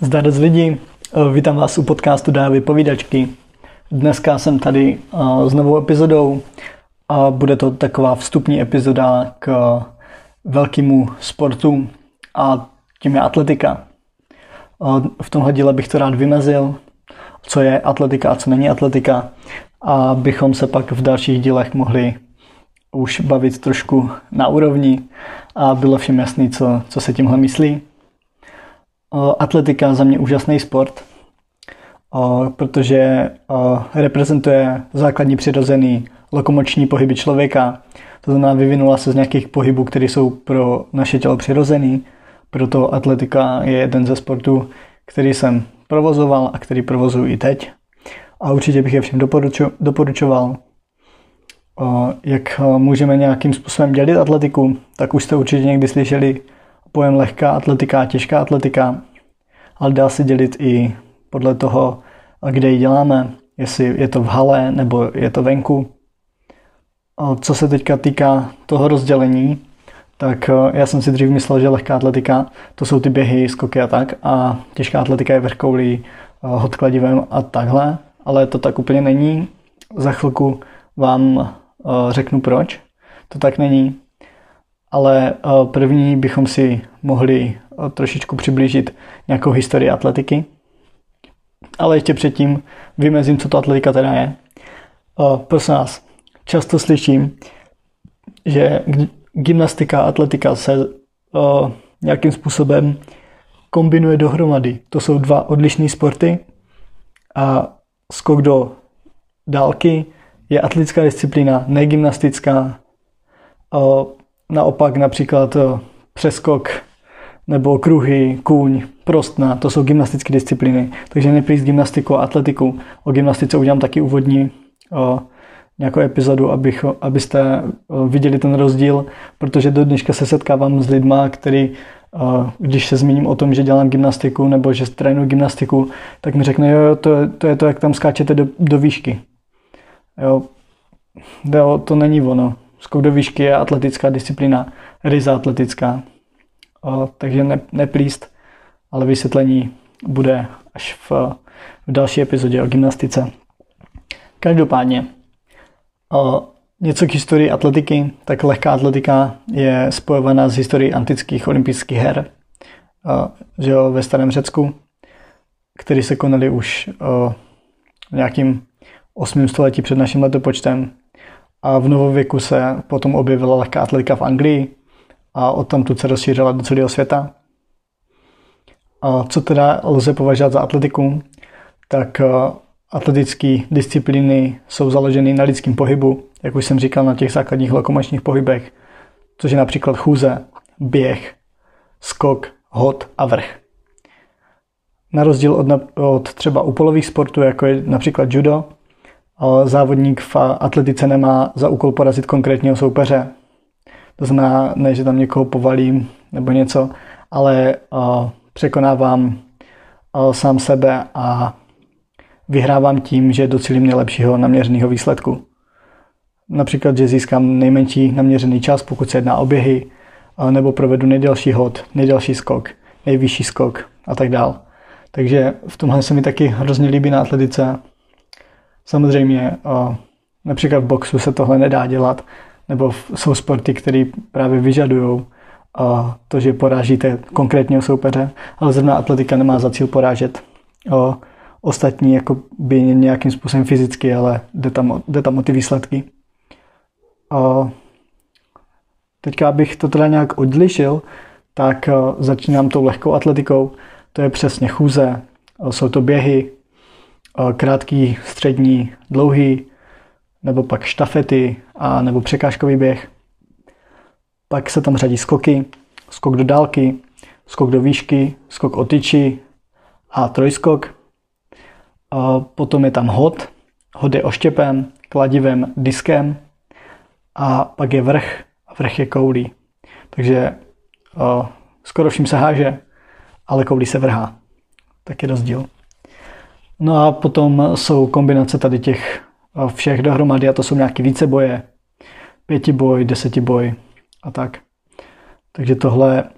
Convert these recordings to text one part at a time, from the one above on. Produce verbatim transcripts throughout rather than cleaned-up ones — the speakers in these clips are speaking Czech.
Zdarec lidi, vítám vás u podcastu Dávy povídačky. Dneska jsem tady s novou epizodou a bude to taková vstupní epizoda k velkému sportu a tím je atletika. V tomhle díle bych to rád vymezil, co je atletika a co není atletika, a bychom se pak v dalších dílech mohli už bavit trošku na úrovni a bylo všem jasný, co, co se tímhle myslí. Atletika za mě úžasný sport, protože reprezentuje základní přirozený lokomoční pohyby člověka. To znamená, vyvinula se z nějakých pohybů, které jsou pro naše tělo přirozený. Proto atletika je jeden ze sportů, který jsem provozoval a který provozuji i teď. A určitě bych je všem doporučoval. Jak můžeme nějakým způsobem dělit atletiku, tak už jste určitě někdy slyšeli pojem lehká atletika a těžká atletika, ale dá se dělit i podle toho, kde ji děláme, jestli je to v hale nebo je to venku. Co se teďka týká toho rozdělení, tak já jsem si dřív myslel, že lehká atletika to jsou ty běhy, skoky a tak, a těžká atletika je vrchoulí, hod kladivem a takhle, ale to tak úplně není. Za chvilku vám řeknu proč to tak není. Ale první bychom si mohli trošičku přiblížit nějakou historii atletiky. Ale ještě předtím vymezím, co to atletika teda je. Prosím vás, často slyším, že gymnastika a atletika se nějakým způsobem kombinuje dohromady. To jsou dva odlišné sporty a skok do dálky je atletická disciplína, ne gymnastická. Naopak například přeskok nebo kruhy, kůň, prostna, to jsou gymnastické disciplíny. Takže neplést gymnastiku a atletiku. O gymnastice udělám taky úvodní o, nějakou epizodu, abych, abyste o, viděli ten rozdíl, protože do dneška se setkávám s lidma, který, o, když se zmíním o tom, že dělám gymnastiku nebo že trénuji gymnastiku, tak mi řekne, jo, jo to, je, to je to, jak tam skáčete do, do výšky. Jo, jo, to není ono. Skok do výšky je atletická disciplína, ryze atletická. O, takže ne, neplíst, ale vysvětlení bude až v, v další epizodě o gymnastice. Každopádně, o, něco k historii atletiky, tak lehká atletika je spojovaná s historií antických olympijských her, o, že jo, ve starém Řecku, které se konaly už o, v nějakým osmém století před naším letopočtem. A v novověku se potom objevila lehká atletika v Anglii a odtamtud se rozšířila do celého světa. A co teda lze považovat za atletiku? Tak atletické disciplíny jsou založeny na lidském pohybu, jak už jsem říkal, na těch základních lokomočních pohybech, což je například chůze, běh, skok, hod a vrch. Na rozdíl od, od třeba úpolových sportů, jako je například judo, závodník v atletice nemá za úkol porazit konkrétního soupeře. To znamená, ne, že tam někoho povalím nebo něco, ale uh, překonávám uh, sám sebe a vyhrávám tím, že docílím nejlepšího naměřeného výsledku. Například, že získám nejmenší naměřený čas, pokud se jedná o běhy, uh, nebo provedu nejdelší hod, nejdelší skok, nejvyšší skok a tak dál. Takže v tomhle se mi taky hrozně líbí na atletice. Samozřejmě například v boxu se tohle nedá dělat, nebo jsou sporty, které právě vyžadují to, že porážíte konkrétního soupeře, ale zrovna atletika nemá za cíl porážet ostatní jako by nějakým způsobem fyzicky, ale jde tam, jde tam o ty výsledky. Teďka, abych to teda nějak odlišil, tak začínám tou lehkou atletikou, to je přesně chůze, jsou to běhy, krátký, střední, dlouhý, nebo pak štafety a nebo překážkový běh. Pak se tam řadí skoky, skok do dálky, skok do výšky, skok o tyči a trojskok. A potom je tam hod, hod je oštěpem, kladivem, diskem a pak je vrch a vrch je koulí. Takže o, skoro vším se háže, ale koulí se vrhá. Tak je rozdíl. No a potom jsou kombinace tady těch všech dohromady a to jsou nějaké víceboje, pětiboj, desetiboj a tak. Takže tohle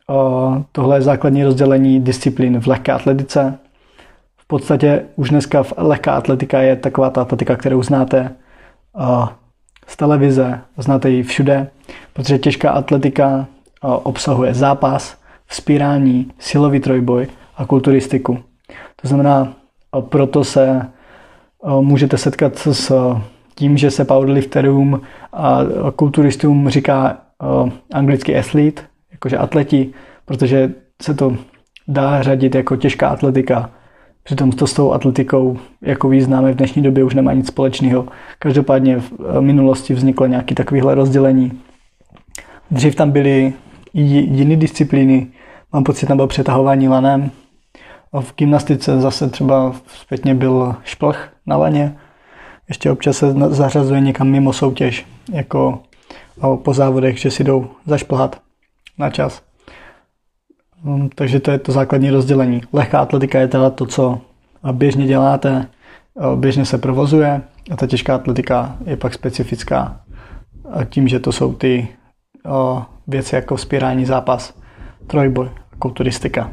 tohle je základní rozdělení disciplín v lehké atletice. V podstatě už dneska v lehká atletika je taková ta atletika, kterou znáte z televize, znáte ji všude, protože těžká atletika obsahuje zápas, vzpírání, silový trojboj a kulturistiku. To znamená, proto se můžete setkat s tím, že se powerlifterům a kulturistům říká anglicky athlete, jakože atleti, protože se to dá řadit jako těžká atletika. Přitom to s tou atletikou, jako ji známe v dnešní době, už nemá nic společného. Každopádně v minulosti vzniklo nějaké takovéhle rozdělení. Dřív tam byly i jiné disciplíny. Mám pocit, tam bylo přetahování lanem. A v gymnastice zase třeba zpětně byl šplh na laně. Ještě občas se zařazuje někam mimo soutěž, jako po závodech, že si jdou zašplhat na čas. Takže to je to základní rozdělení. Lehká atletika je teda to, co běžně děláte, běžně se provozuje, a ta těžká atletika je pak specifická tím, že to jsou ty věci jako vzpírání, zápas, trojboj, kulturistika.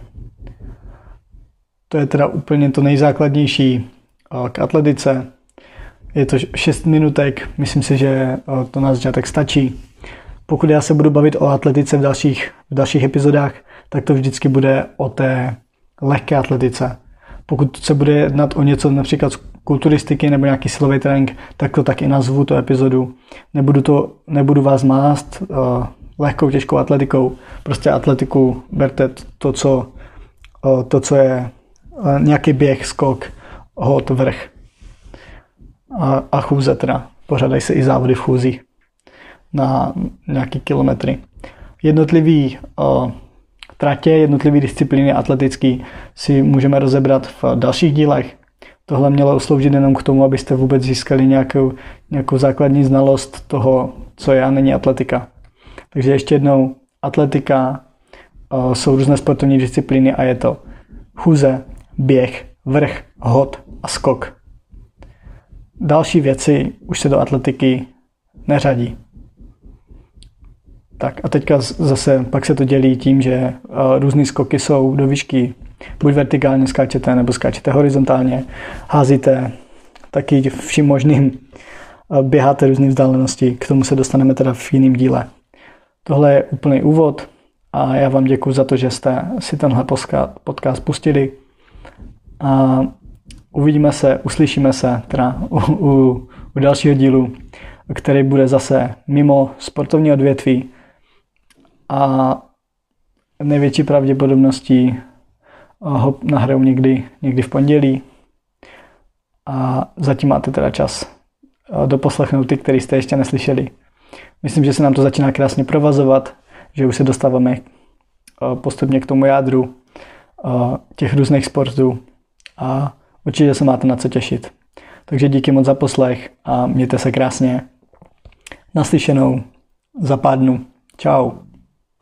To je teda úplně to nejzákladnější k atletice. Je to šest minutek, myslím si, že to na začátek stačí. Pokud já se budu bavit o atletice v dalších, v dalších epizodách, tak to vždycky bude o té lehké atletice. Pokud se bude jednat o něco například z kulturistiky nebo nějaký silový trénink, tak to tak i nazvu, tu epizodu. Nebudu, to, nebudu vás mást uh, lehkou, těžkou atletikou. Prostě atletiku berte to, co, uh, to, co je uh, nějaký běh, skok, hod, vrch a, a chůze teda. Pořádají se i závody v chůzích na nějaký kilometry. Jednotlivý uh, tratě, jednotlivé disciplíny atletický si můžeme rozebrat v dalších dílech. Tohle mělo sloužit jenom k tomu, abyste vůbec získali nějakou, nějakou základní znalost toho, co je a není atletika. Takže ještě jednou, atletika uh, jsou různé sportovní disciplíny a je to chůze, běh, vrch, hod a skok. Další věci už se do atletiky neřadí. Tak a teďka zase pak se to dělí tím, že uh, různý skoky jsou do výšky. Buď vertikálně skáčete, nebo skáčete horizontálně, házíte, taky vším možným uh, běháte různé vzdálenosti. K tomu se dostaneme teda v jiném díle. Tohle je úplný úvod a já vám děkuji za to, že jste si tenhle podcast pustili. A uvidíme se, uslyšíme se teda u, u, u dalšího dílu, který bude zase mimo sportovní odvětví. A největší pravděpodobností ho nahraju někdy, někdy v pondělí. A zatím máte teda čas doposlechnout ty, který jste ještě neslyšeli. Myslím, že se nám to začíná krásně provazovat, že už se dostáváme postupně k tomu jádru těch různých sportů a určitě se máte na co těšit. Takže díky moc za poslech a mějte se krásně. Naslyšenou za pár dnů. Čau.